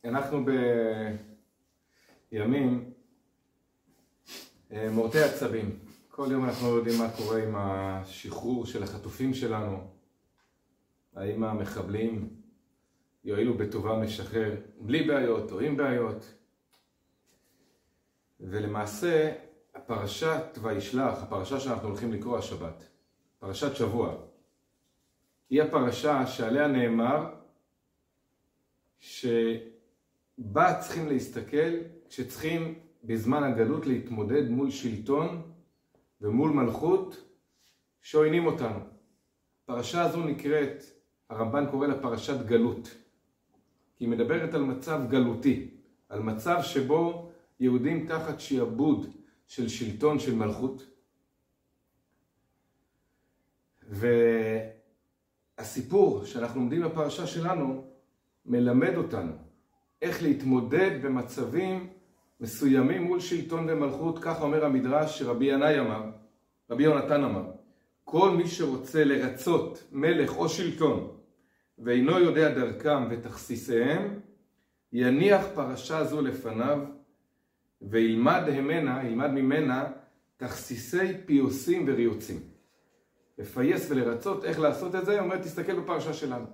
אנחנו בימים מורטי עצבים. כל יום אנחנו יודעים מה קורה עם השחרור של החטופים שלנו. האם המחבלים יועילו בטובם לשחרר בלי בעיות או עם בעיות. ולמעשה הפרשת וישלח, הפרשה שאנחנו הולכים לקרוא השבת, פרשת שבוע, היא הפרשה שעליה נאמר שבה צריכים להסתכל כשצריכים בזמן הגלות להתמודד מול שלטון ומול מלכות שעוינים אותנו. הפרשה הזו נקראת, הרמב"ן קורא לה פרשת גלות, כי היא מדברת על מצב גלותי, על מצב שבו יהודים תחת שיעבוד של שלטון של מלכות. והסיפור שאנחנו לומדים בפרשה שלנו מלמד אותנו איך להתמודד במצבים מסוימים מול שלטון ומלכות. כך אומר המדרש שרבי יונתן אמר, כל מי שרוצה לרצות מלך או שלטון ואינו יודע דרכם ותכסיסיהם, יניח פרשה זו לפניו וילמד ממנה תכסיסי פיוסים וריוצים. לפייס ולרצות איך לעשות את זה, אומר תסתכל בפרשה שלנו.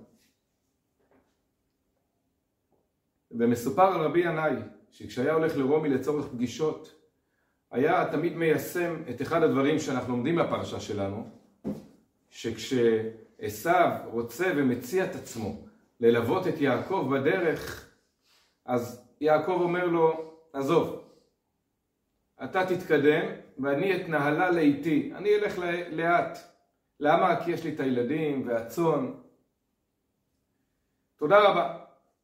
ומסופר על רבי ינאי שכשהיה הולך לרומי לצורך פגישות, היה תמיד מיישם את אחד הדברים שאנחנו לומדים בפרשה שלנו, שכשעשיו רוצה ומציע את עצמו ללוות את יעקב בדרך, אז יעקב אומר לו, עזוב, אתה תתקדם ואני אתנהלה לאיתי, אני אלך לאט. למה? כי יש לי את הילדים והצאן. תודה רבה.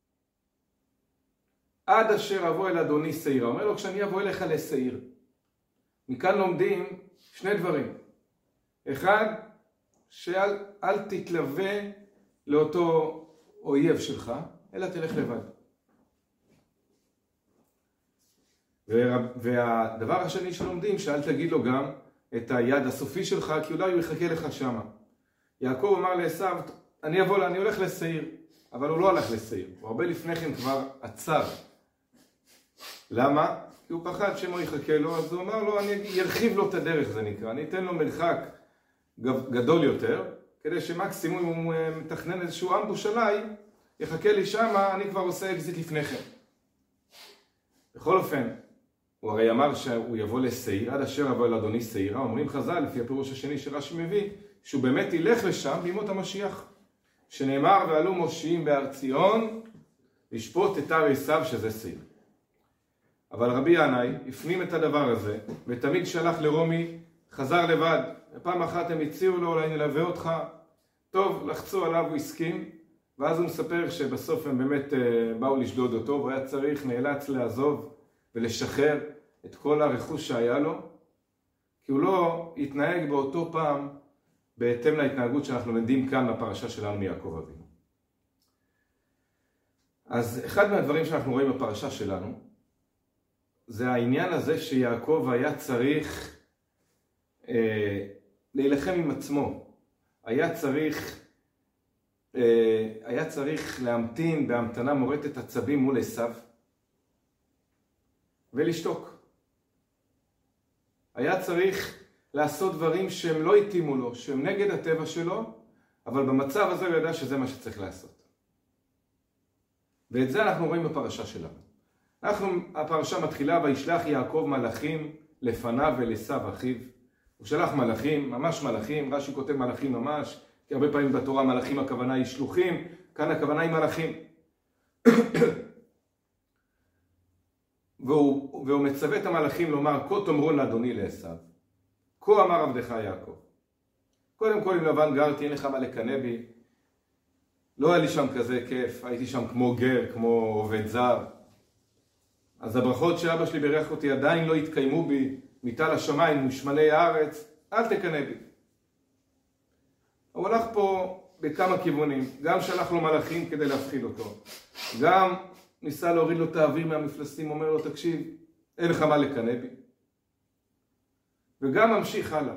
עד אשר אבוא אל אדוני שעירה. אומר לו, כשאני אבוא אליך לשעיר. מכאן לומדים שני דברים. אחד, שאל תתלווה לאותו אויב שלך, אלא תלך לבד. והדבר השני שלומדים, שאל תגיד לו גם את היד הסופי שלך, כי אולי הוא יחכה לך שמה. יעקב אמר לעשיו, אני הולך לשעיר. אבל הוא לא הלך לשעיר. הוא הרבה לפני כן כבר עצר. למה? כי הוא פחד שמו יחכה לו, אז הוא אמר לו, אני ירחיב לו את הדרך, זה נקרא. אני אתן לו מרחק גדול יותר, כדי שמקסימום אם הוא מתכנן איזשהו אמבוש עליי, יחכה לי שמה, אני כבר עושה אקזיט לפני כן. בכל אופן, הוא הרי אמר שהוא יבוא לשעיר, עד אשר יבוא אל אדוני שעירה. אומרים חז"ל, לפי הפירוש השני שרש"י מביא, שהוא באמת ילך לשם בימות המשיח. שנאמר, ועלו מושיעים בהר ציון, לשפוט את הר עשיו שזה שעיר. אבל רבי ינאי הפנים את הדבר הזה, ותמיד שלח לרומי, חזר לבד. פעם אחת הם הציעו לו, אולי נלווה אותך. טוב, לחצו עליו, הוא הסכים, ואז הוא מספר שבסוף הם באמת באו לשדוד אותו, והוא היה נאלץ לעזוב ולשחרר את כל הרכוש שהיה לו, כי הוא לא התנהג באותו פעם בהתאם להתנהגות שאנחנו לומדים כאן בפרשה שלנו מיעקב אבינו. אז אחד מהדברים שאנחנו רואים בפרשה שלנו, זה העניין הזה שיעקב היה צריך להילחם עם עצמו. היה צריך להמתין בהמתנה מורטת עצבים מול עשיו, ולשתוק. היה צריך לעשות דברים שהם לא התאימו לו, שהם נגד הטבע שלו, אבל במצב הזה הוא ידע שזה מה שצריך לעשות. ואת זה אנחנו רואים בפרשה שלנו. הפרשה מתחילה, וישלח יעקב מלאכים לפניו ולעשיו אחיו. הוא שלח מלאכים, ממש מלאכים, רש"י כותב מלאכים ממש, כי הרבה פעמים בתורה מלאכים הכוונה היא שלוחים, כאן הכוונה היא מלאכים. והוא מצווה את המלאכים לומר, כה תאמרו לאדוני לעשיו. כה אמר עבדך יעקב. קודם כל, אם לבן גרתי, אין לך מה לקנא בי. לא היה לי שם כזה כיף, הייתי שם כמו גר, כמו עובד זר. אז הברכות שאבא שלי ברך אותי עדיין לא התקיימו בי, מטל השמיים ושמלי הארץ, אל תקנא בי. הוא הלך פה בכמה כיוונים, גם שלח לו מלאכים כדי להפחיד אותו, גם ניסה להוריד לו את האוויר מהמפלסים, אומר לו, תקשיב, אין לך מה לקנא בי. וגם ממשיך הלאה.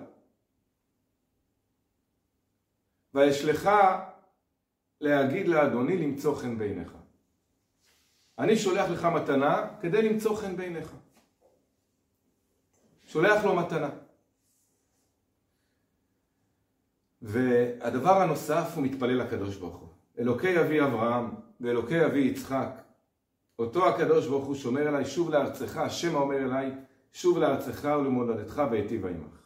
וישלחה להגיד לאדוני למצוא חן בעיניך. אני שולח לך מתנה כדי למצוא חן בעיניך. שולח לו מתנה. והדבר הנוסף הוא מתפלל לקדוש ברוך הוא. אלוקי אבי אברהם ואלוקי אבי יצחק, אותו הקדוש ברוך הוא שומר אליי, שוב לארצך, השם האומר אליי, שוב לארצך ולמולדתך ואיטיב עמך.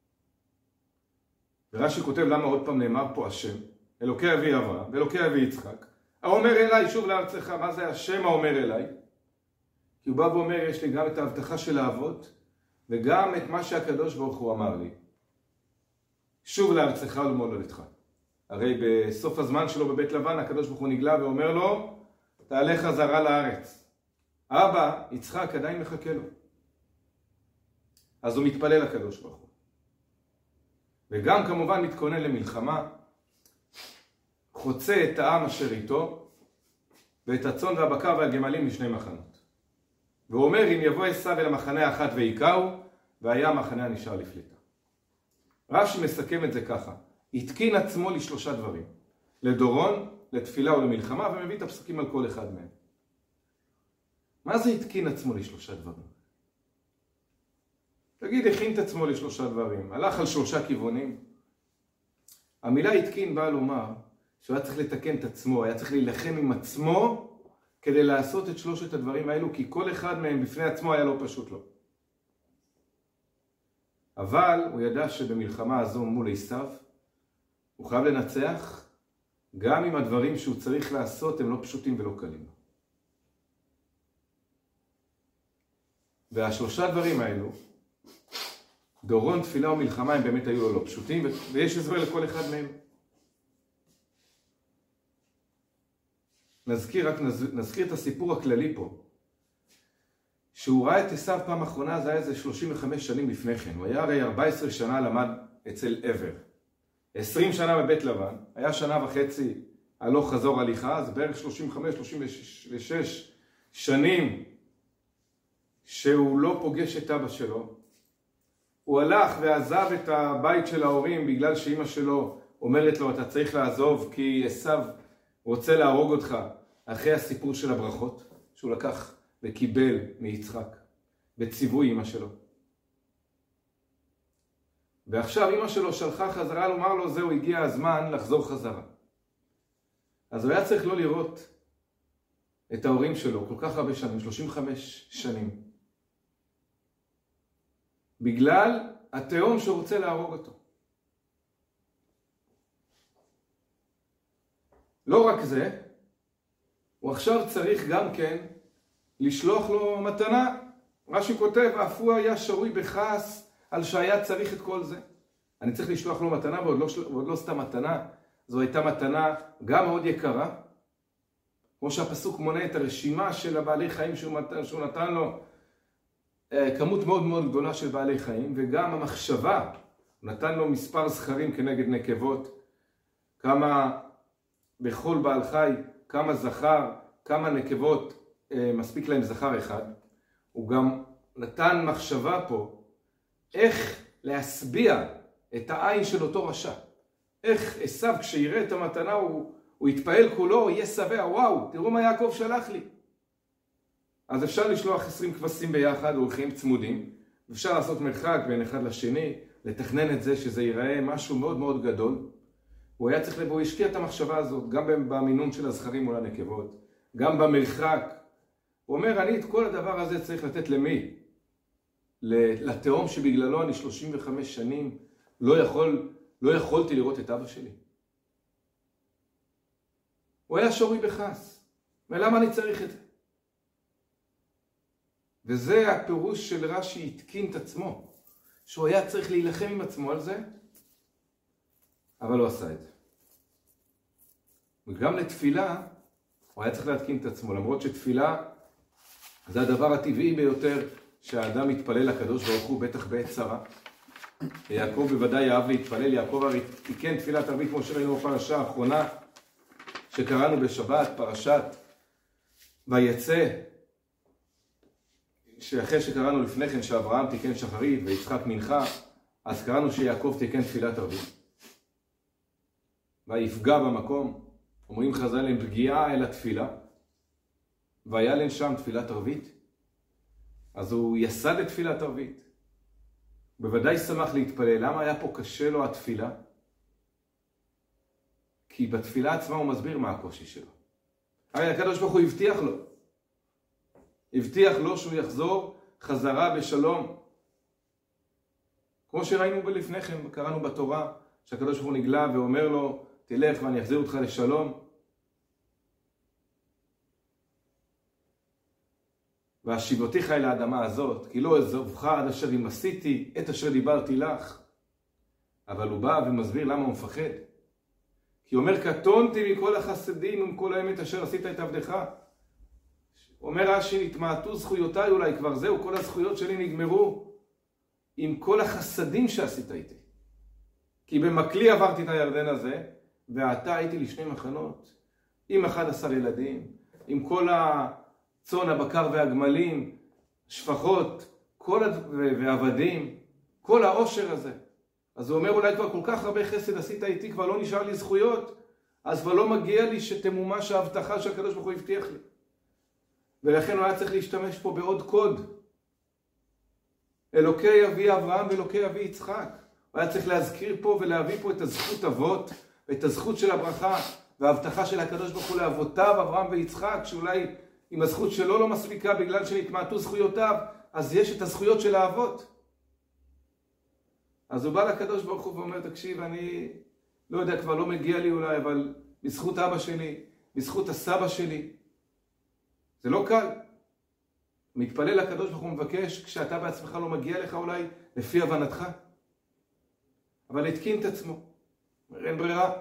ורש"י כותב למה עוד פעם נאמר פה השם, אלוקי אבי אברהם ואלוקי אבי יצחק, האומר אליי, שוב לארצך. מה זה השם האומר אליי? כי הוא בא ואומר, יש לי גם את ההבטחה של האבות, וגם את מה שהקדוש ברוך הוא אמר לי. שוב לארצך ולמולדתך. הרי בסוף הזמן שלו בבית לבן, הקדוש ברוך הוא נגלה ואומר לו, תעלה חזרה לארץ. אבא, יצחק עדיין מחכה לו. אז הוא מתפלל לקדוש ברוך הוא. וגם כמובן מתכונן למלחמה, חוצה את העם אשר איתו, ואת הצאן והבקר והגמלים לשני מחנות. והוא אומר, אם יבוא עשיו אל המחנה האחת ויקעו, והיה המחנה הנשאר לפליטה. רש"י מסכם את זה ככה, התקין עצמו לשלושה דברים, לדורון, לתפילה ולמלחמה, ומביא את הפסוקים על כל אחד מהם. מה זה התקין עצמו לשלושה דברים? תגיד, הכין את עצמו לשלושה דברים, הלך על שלושה כיוונים. המילה התקין באה לומר שהוא היה צריך לתקן את עצמו, היה צריך להילחם עם עצמו כדי לעשות את שלושת הדברים האלו, כי כל אחד מהם בפני עצמו היה לא פשוט לו. אבל הוא ידע שבמלחמה הזו מול עשיו, הוא חייב לנצח, גם אם הדברים שהוא צריך לעשות הם לא פשוטים ולא קלים. והשלושה דברים האלו, דורון, תפילה ומלחמה, הם באמת היו לא פשוטים, ויש הסבר לכל אחד מהם. נזכיר את הסיפור הכללי פה, שהוא ראה את עשיו פעם אחרונה, זה היה איזה 35 שנים לפני כן. הוא היה הרי 14 שנה למד אצל עבר. 20 שנה בבית לבן, היה שנה וחצי הלוך חזור הליכה, אז בערך 35-36 שנים שהוא לא פוגש את אבא שלו. הוא הלך ועזב את הבית של ההורים בגלל שאמא שלו אומרת לו, אתה צריך לעזוב כי עשיו רוצה להרוג אותך, אחרי הסיפור של הברכות שהוא לקח וקיבל מיצחק בציווי אמא שלו. ועכשיו אמא שלו שלחה חזרה לומר לו, זהו, הגיע הזמן לחזור חזרה. אז הוא היה צריך לא לראות את ההורים שלו כל כך הרבה שנים, 35 שנים. בגלל התאום שהוא רוצה להרוג אותו. לא רק זה, הוא עכשיו צריך גם כן לשלוח לו מתנה. רש"י כותב, אף הוא היה שרוי בכעס על שהיה צריך את כל זה. אני צריך לשלוח לו מתנה, ועוד לא סתם מתנה, זו הייתה מתנה גם מאוד יקרה. כמו שהפסוק מונה את הרשימה של הבעלי חיים שהוא נתן לו, כמות מאוד מאוד גדולה של בעלי חיים, וגם המחשבה, הוא נתן לו מספר זכרים כנגד נקבות, כמה בכל בעל חי, כמה זכר, כמה נקבות, מספיק להם זכר אחד. הוא גם נתן מחשבה פה, איך להסביע את העין של אותו רשע. איך עשיו כשיראה את המתנה הוא יתפעל כולו, הוא יהיה שבע, וואו, תראו מה יעקב שלח לי. אז אפשר לשלוח 20 כבשים ביחד, הולכים צמודים, אפשר לעשות מרחק בין אחד לשני, לתכנן את זה שזה ייראה משהו מאוד מאוד גדול. הוא היה צריך הוא השקיע את המחשבה הזאת, גם במינון של הזכרים מול הנקבות, גם במרחק. הוא אומר, אני את כל הדבר הזה צריך לתת למי? לתאום שבגללו אני 35 שנים לא יכולתי לראות את אבא שלי. הוא היה שורי בכעס. ולמה אני צריך את זה? וזה הפירוש של רש"י התקין את עצמו. שהוא היה צריך להילחם עם עצמו על זה, אבל לא עשה את זה. וגם לתפילה, הוא היה צריך להתקין את עצמו, למרות שתפילה זה הדבר הטבעי ביותר שהאדם מתפלל לקדוש ברוך הוא, בטח בעת צרה. יעקב בוודאי אהב להתפלל, יעקב הרי תיקן תפילת ערבית כמו שראינו בפרשה האחרונה שקראנו בשבת, פרשת ויצא, שאחרי שקראנו לפני כן שאברהם תיקן שחרית ויצחק מנחה, אז קראנו שיעקב תיקן תפילת ערבית. ויפגע במקום, אומרים חז"ל, הם פגיעה אל התפילה. והיה להם שם תפילת ערבית. אז הוא יסד את תפילת ערבית. בוודאי שמח להתפלל. למה היה פה קשה לו התפילה? כי בתפילה עצמה הוא מסביר מה הקושי שלו. הרי הקדוש ברוך הוא הבטיח לו. הבטיח לו שהוא יחזור חזרה בשלום. כמו שראינו לפני כן, קראנו בתורה, שהקדוש ברוך הוא נגלה ואומר לו, תלך ואני אחזיר אותך לשלום. והשיבותיך אל האדמה הזאת, כי לא אעזובך עד אשר ימסיתי את אשר דיברתי לך. אבל הוא בא ומסביר למה הוא מפחד. כי הוא אומר, קטונתי מכל החסדים ומכל האמת אשר עשית את עבדך. אומר רש"י, נתמעטו זכויותיי, אולי כבר זהו, כל הזכויות שלי נגמרו עם כל החסדים שעשית איתי. כי במקלי עברתי את הירדן הזה, ועתה הייתי לשני מחנות, עם 11 ילדים, עם כל הצאן, הבקר והגמלים, שפחות, ועבדים, כל העושר הזה. אז הוא אומר, אולי כבר כל כך הרבה חסד עשית איתי, כבר לא נשאר לי זכויות, אז כבר לא מגיע לי שתמומש ההבטחה שהקדוש ברוך הוא הבטיח לי. ולכן הוא היה צריך להשתמש פה בעוד קוד. אלוקי אבי אברהם ואלוקי אבי יצחק. הוא היה צריך להזכיר פה ולהביא פה את הזכות אבות, ואת הזכות של הברכה, וההבטחה של הקדוש ברוך הוא לאבותיו, אברהם ויצחק, שאולי אם הזכות שלו לא מספיקה בגלל שנתמעטו זכויותיו, אז יש את הזכויות של האבות. אז הוא בא לקדוש ברוך הוא ואומר, תקשיב, אני לא יודע, כבר לא מגיע לי אולי, אבל בזכות אבא שלי, בזכות הסבא שלי, זה לא קל. מתפלל לקדוש ברוך הוא מבקש, כשאתה בעצמך לא מגיע לך אולי, לפי הבנתך. אבל התקין את עצמו. אין ברירה.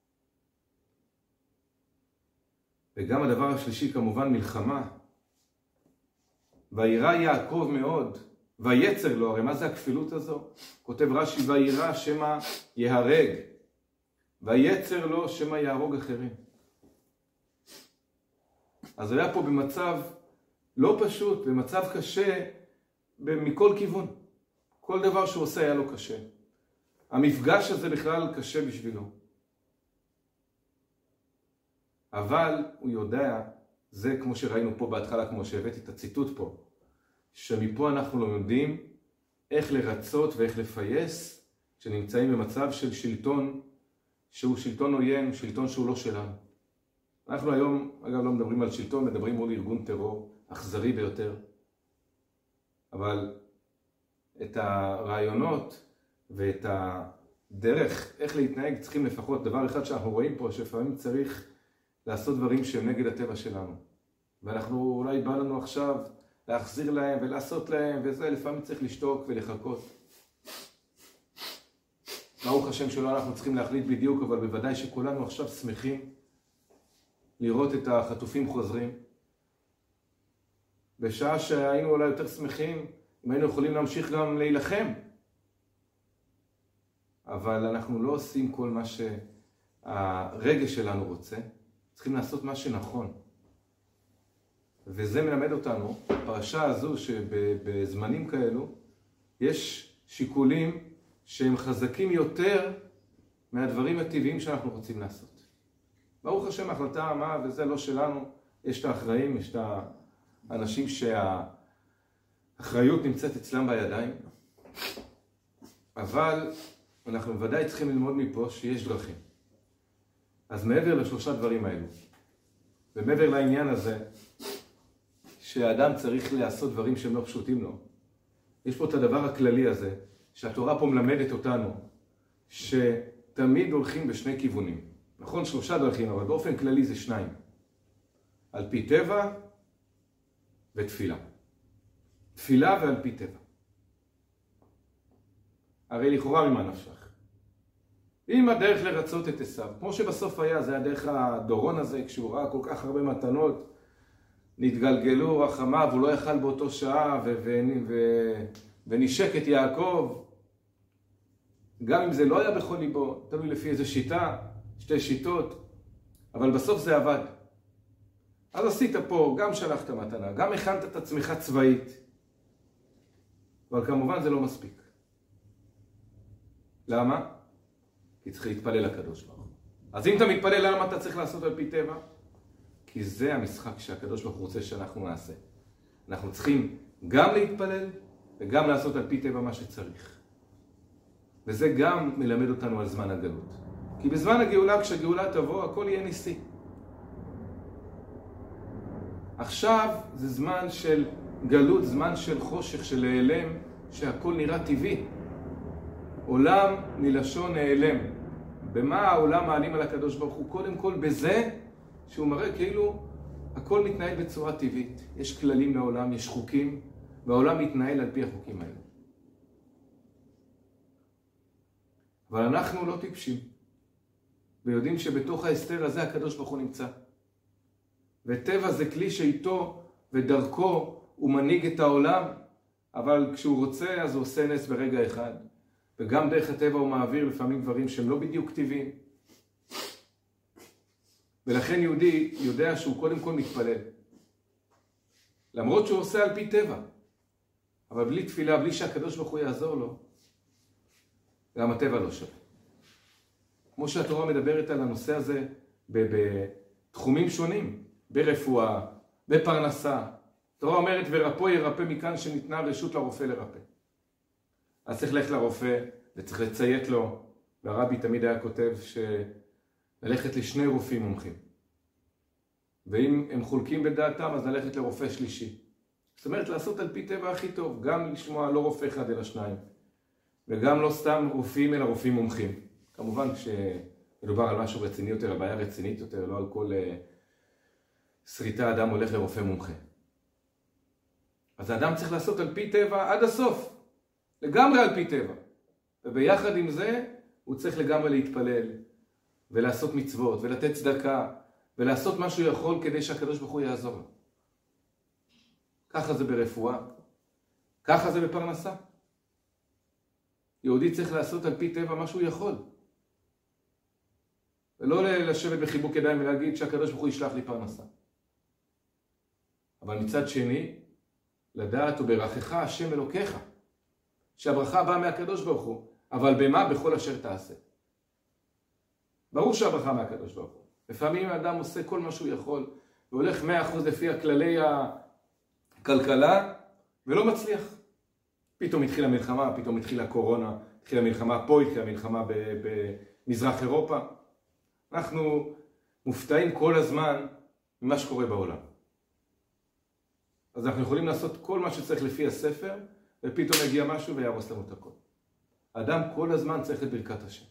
וגם הדבר השלישי, כמובן, מלחמה. וירא יעקב מאוד, ויצר לו, הרי מה זה הכפילות הזו? כותב רש"י, וירא שמא יהרג, ויצר לו שמא יהרוג אחרים. אז היה פה במצב לא פשוט, במצב קשה מכל כיוון. כל דבר שהוא עושה היה לו קשה. המפגש הזה בכלל קשה בשבילו. אבל הוא יודע, זה כמו שראינו פה בהתחלה, כמו שהבאתי את הציטוט פה, שמפה אנחנו לומדים איך לרצות ואיך לפייס, שנמצאים במצב של שלטון, שהוא שלטון עוין, שלטון שהוא לא שלנו. אנחנו היום, אגב, לא מדברים על שלטון, מדברים מול ארגון טרור, אכזרי ביותר. אבל את הרעיונות ואת הדרך, איך להתנהג, צריכים לפחות דבר אחד שאנחנו רואים פה, שלפעמים צריך לעשות דברים שהם נגד הטבע שלנו. ואנחנו אולי בא לנו עכשיו להחזיר להם ולעשות להם, וזה לפעמים צריך לשתוק ולחכות. ברוך השם שלא אנחנו צריכים להחליט בדיוק, אבל בוודאי שכולנו עכשיו שמחים לראות את החטופים חוזרים. בשעה שהיינו אולי יותר שמחים, אם היינו יכולים להמשיך גם להילחם. אבל אנחנו לא עושים כל מה שהרגש שלנו רוצה. צריכים לעשות מה שנכון. וזה מלמד אותנו, הפרשה הזו שבזמנים כאלו, יש שיקולים שהם חזקים יותר מהדברים הטבעיים שאנחנו רוצים לעשות. ברוך השם, ההחלטה מה, וזה לא שלנו, יש את האחראים, יש את האנשים שהאחריות נמצאת אצלם בידיים. אבל אנחנו בוודאי צריכים ללמוד מפה שיש דרכים. אז מעבר לשלושה דברים האלו, ומעבר לעניין הזה, שהאדם צריך לעשות דברים שהם לא פשוטים לו, יש פה את הדבר הכללי הזה, שהתורה פה מלמדת אותנו, שתמיד הולכים בשני כיוונים. נכון, שלושה דרכים, אבל באופן כללי זה שניים. על פי טבע ותפילה. תפילה ועל פי טבע. הרי לכאורה ממה נפשך. אם הדרך לרצות את עשיו, כמו שבסוף היה, זה הדרך הדורון הזה, כשהוא ראה כל כך הרבה מתנות, נתגלגלו רחמיו, הוא לא יכל באותו שעה, ונשק את יעקב. גם אם זה לא היה בכל ליבו, תלוי לפי איזו שיטה, שתי שיטות, אבל בסוף זה עבד. אז עשית פה, גם שלחת מתנה, גם הכנת את עצמך צבאית, אבל כמובן זה לא מספיק. למה? כי צריך להתפלל לקדוש ברוך הוא. אז אם אתה מתפלל, למה אתה צריך לעשות על פי טבע? כי זה המשחק שהקדוש ברוך הוא רוצה שאנחנו נעשה. אנחנו צריכים גם להתפלל וגם לעשות על פי טבע מה שצריך. וזה גם מלמד אותנו על זמן הגלות. כי בזמן הגאולה, כשהגאולה תבוא, הכל יהיה ניסי. עכשיו זה זמן של גלות, זמן של חושך, של להיעלם, שהכל נראה טבעי. עולם מלשון נעלם. במה העולם מעלים על הקדוש ברוך הוא? קודם כל בזה שהוא מראה כאילו הכל מתנהל בצורה טבעית. יש כללים לעולם, יש חוקים, והעולם מתנהל על פי החוקים האלה. אבל אנחנו לא טיפשים, ויודעים שבתוך ההסתר הזה הקדוש ברוך הוא נמצא. וטבע זה כלי שאיתו ודרכו הוא מנהיג את העולם, אבל כשהוא רוצה אז הוא עושה נס ברגע אחד. וגם דרך הטבע הוא מעביר לפעמים דברים שהם לא בדיוק טבעיים. ולכן יהודי יודע שהוא קודם כל מתפלל. למרות שהוא עושה על פי טבע. אבל בלי תפילה, בלי שהקדוש ברוך הוא יעזור לו, גם הטבע לא שווה. כמו שהתורה מדברת על הנושא הזה בתחומים שונים, ברפואה, בפרנסה. התורה אומרת, ורפוא ירפא מכאן שניתנה רשות לרופא לרפא. אז צריך ללכת לרופא וצריך לציית לו, והרבי תמיד היה כותב שללכת לשני רופאים מומחים. ואם הם חולקים בדעתם, אז ללכת לרופא שלישי. זאת אומרת, לעשות על פי טבע הכי טוב, גם לשמוע לא רופא אחד אלא שניים. וגם לא סתם רופאים אלא רופאים מומחים. כמובן כשמדובר על משהו רציני יותר, על בעיה רצינית יותר, לא על כל שריטה אדם הולך לרופא מומחה. אז האדם צריך לעשות על פי טבע עד הסוף. לגמרי על פי טבע. וביחד עם זה הוא צריך לגמרי להתפלל ולעשות מצוות ולתת צדקה ולעשות מה שהוא יכול כדי שהקדוש ברוך הוא יעזור לו. ככה זה ברפואה, ככה זה בפרנסה. יהודי צריך לעשות על פי טבע מה שהוא יכול. ולא לשבת בחיבוק ידיים ולהגיד שהקדוש ברוך הוא ישלח לי פרנסה. אבל מצד שני, לדעת וברכך השם אלוקיך. שהברכה באה מהקדוש ברוך הוא, אבל במה? בכל אשר תעשה. ברור שהברכה מהקדוש ברוך הוא. לפעמים האדם עושה כל מה שהוא יכול, והולך 100% לפי הכללי הכלכלה, ולא מצליח. פתאום התחילה מלחמה, פתאום התחילה קורונה, התחילה מלחמה פה, התחילה מלחמה במזרח אירופה. אנחנו מופתעים כל הזמן ממה שקורה בעולם. אז אנחנו יכולים לעשות כל מה שצריך לפי הספר, ופתאום יגיע משהו ויהרוס לנו את הכל. האדם כל הזמן צריך את ברכת השם.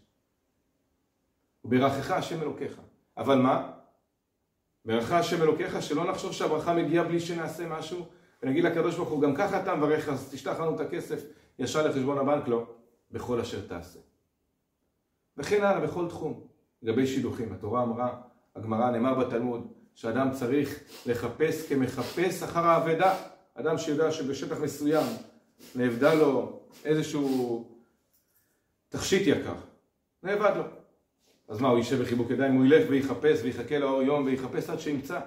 וברכך השם אלוקיך. אבל מה? ברכך השם אלוקיך, שלא נחשוב שהברכה מגיעה בלי שנעשה משהו, ונגיד לקדוש ברוך הוא, גם ככה אתה מברך, אז תשלח לנו את הכסף ישר לחשבון הבנק, לא, בכל אשר תעשה. וכן הלאה, בכל תחום. לגבי שידוכים, התורה אמרה, הגמרא נאמר בתלמוד, שאדם צריך לחפש כמחפש אחר האבדה. אדם שיודע שבשטח מסוים נאבדה לו איזשהו תכשיט יקר. נאבד לו. אז מה, הוא יישב בחיבוק ידיים, הוא ילך ויחפש ויחכה לאור יום ויחפש עד שימצא.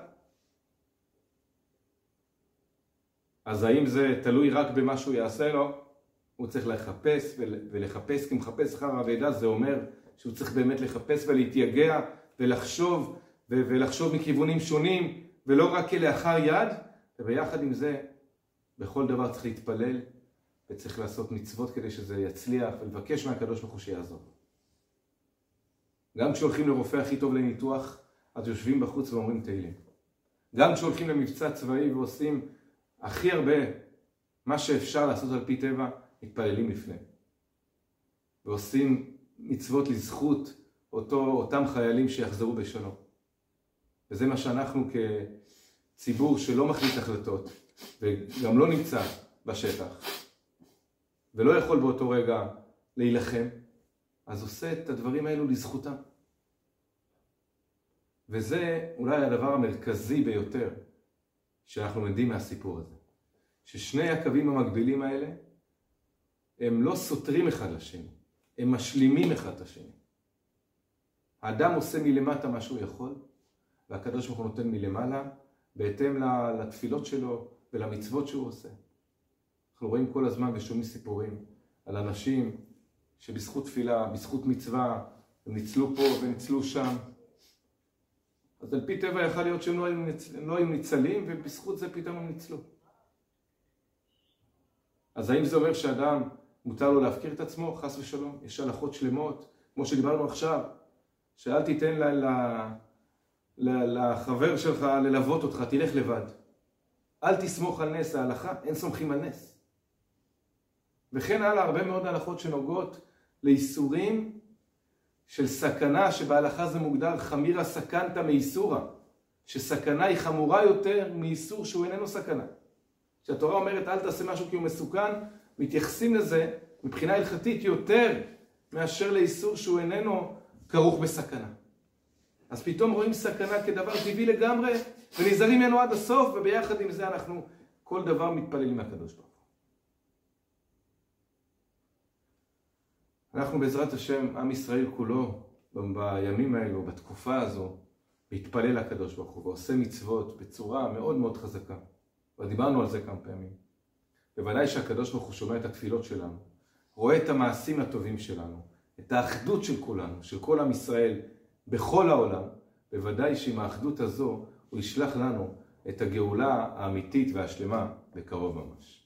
אז האם זה תלוי רק במה שהוא יעשה לו? הוא צריך לחפש ולחפש כמחפש אחר האבדה, זה אומר שהוא צריך באמת לחפש ולהתייגע ולחשוב ולחשוב מכיוונים שונים ולא רק כלאחר יד, וביחד עם זה בכל דבר צריך להתפלל וצריך לעשות מצוות כדי שזה יצליח ולבקש מהקדוש ברוך הוא שיעזור. גם כשהולכים לרופא הכי טוב לניתוח, אז יושבים בחוץ ואומרים תהילים. גם כשהולכים למבצע צבאי ועושים הכי הרבה מה שאפשר לעשות על פי טבע, מתפללים לפני. ועושים מצוות לזכות אותם חיילים שיחזרו בשלום. וזה מה שאנחנו כציבור שלא מחליט החלטות, וגם לא נמצא בשטח, ולא יכול באותו רגע להילחם, אז עושה את הדברים האלו לזכותם. וזה אולי הדבר המרכזי ביותר שאנחנו יודעים מהסיפור הזה. ששני הקווים המקבילים האלה, הם לא סותרים אחד לשני, הם משלימים אחד את השני. האדם עושה מלמטה מה שהוא יכול, והקדוש ברוך הוא נותן מלמעלה, בהתאם לתפילות שלו ולמצוות שהוא עושה. אנחנו רואים כל הזמן ושומעים סיפורים על אנשים שבזכות תפילה, בזכות מצווה, הם ניצלו פה וניצלו שם. אז על פי טבע יכול להיות שהם לא היו ניצלים, ובזכות זה פתאום הם ניצלו. אז האם זה אומר שאדם מותר לו להפקיר את עצמו? חס ושלום. יש הלכות שלמות, כמו שדיברנו עכשיו, שאל תיתן לחבר שלך ללוות אותך, תלך לבד. אל תסמוך על נס, ההלכה, אין סומכים על נס. וכן הלאה, הרבה מאוד הלכות שנוגעות לאיסורים של סכנה, שבהלכה זה מוגדר חמירה סכנתא מאיסורא, שסכנה היא חמורה יותר מאיסור שהוא איננו סכנה. כשהתורה אומרת אל תעשה משהו כי הוא מסוכן, מתייחסים לזה מבחינה הלכתית יותר מאשר לאיסור שהוא איננו כרוך בסכנה. אז פתאום רואים סכנה כדבר טבעי לגמרי, ונזהרים ממנו עד הסוף, וביחד עם זה אנחנו כל דבר מתפללים מהקדוש ברוך הוא. אנחנו בעזרת השם, עם ישראל כולו, בימים האלו, בתקופה הזו, מתפלל לקדוש ברוך הוא, ועושה מצוות בצורה מאוד מאוד חזקה. ודיברנו על זה כמה פעמים. בוודאי שהקדוש ברוך הוא שומע את התפילות שלנו, רואה את המעשים הטובים שלנו, את האחדות של כולנו, של כל עם ישראל, בכל העולם. בוודאי שעם האחדות הזו, הוא ישלח לנו את הגאולה האמיתית והשלמה בקרוב ממש.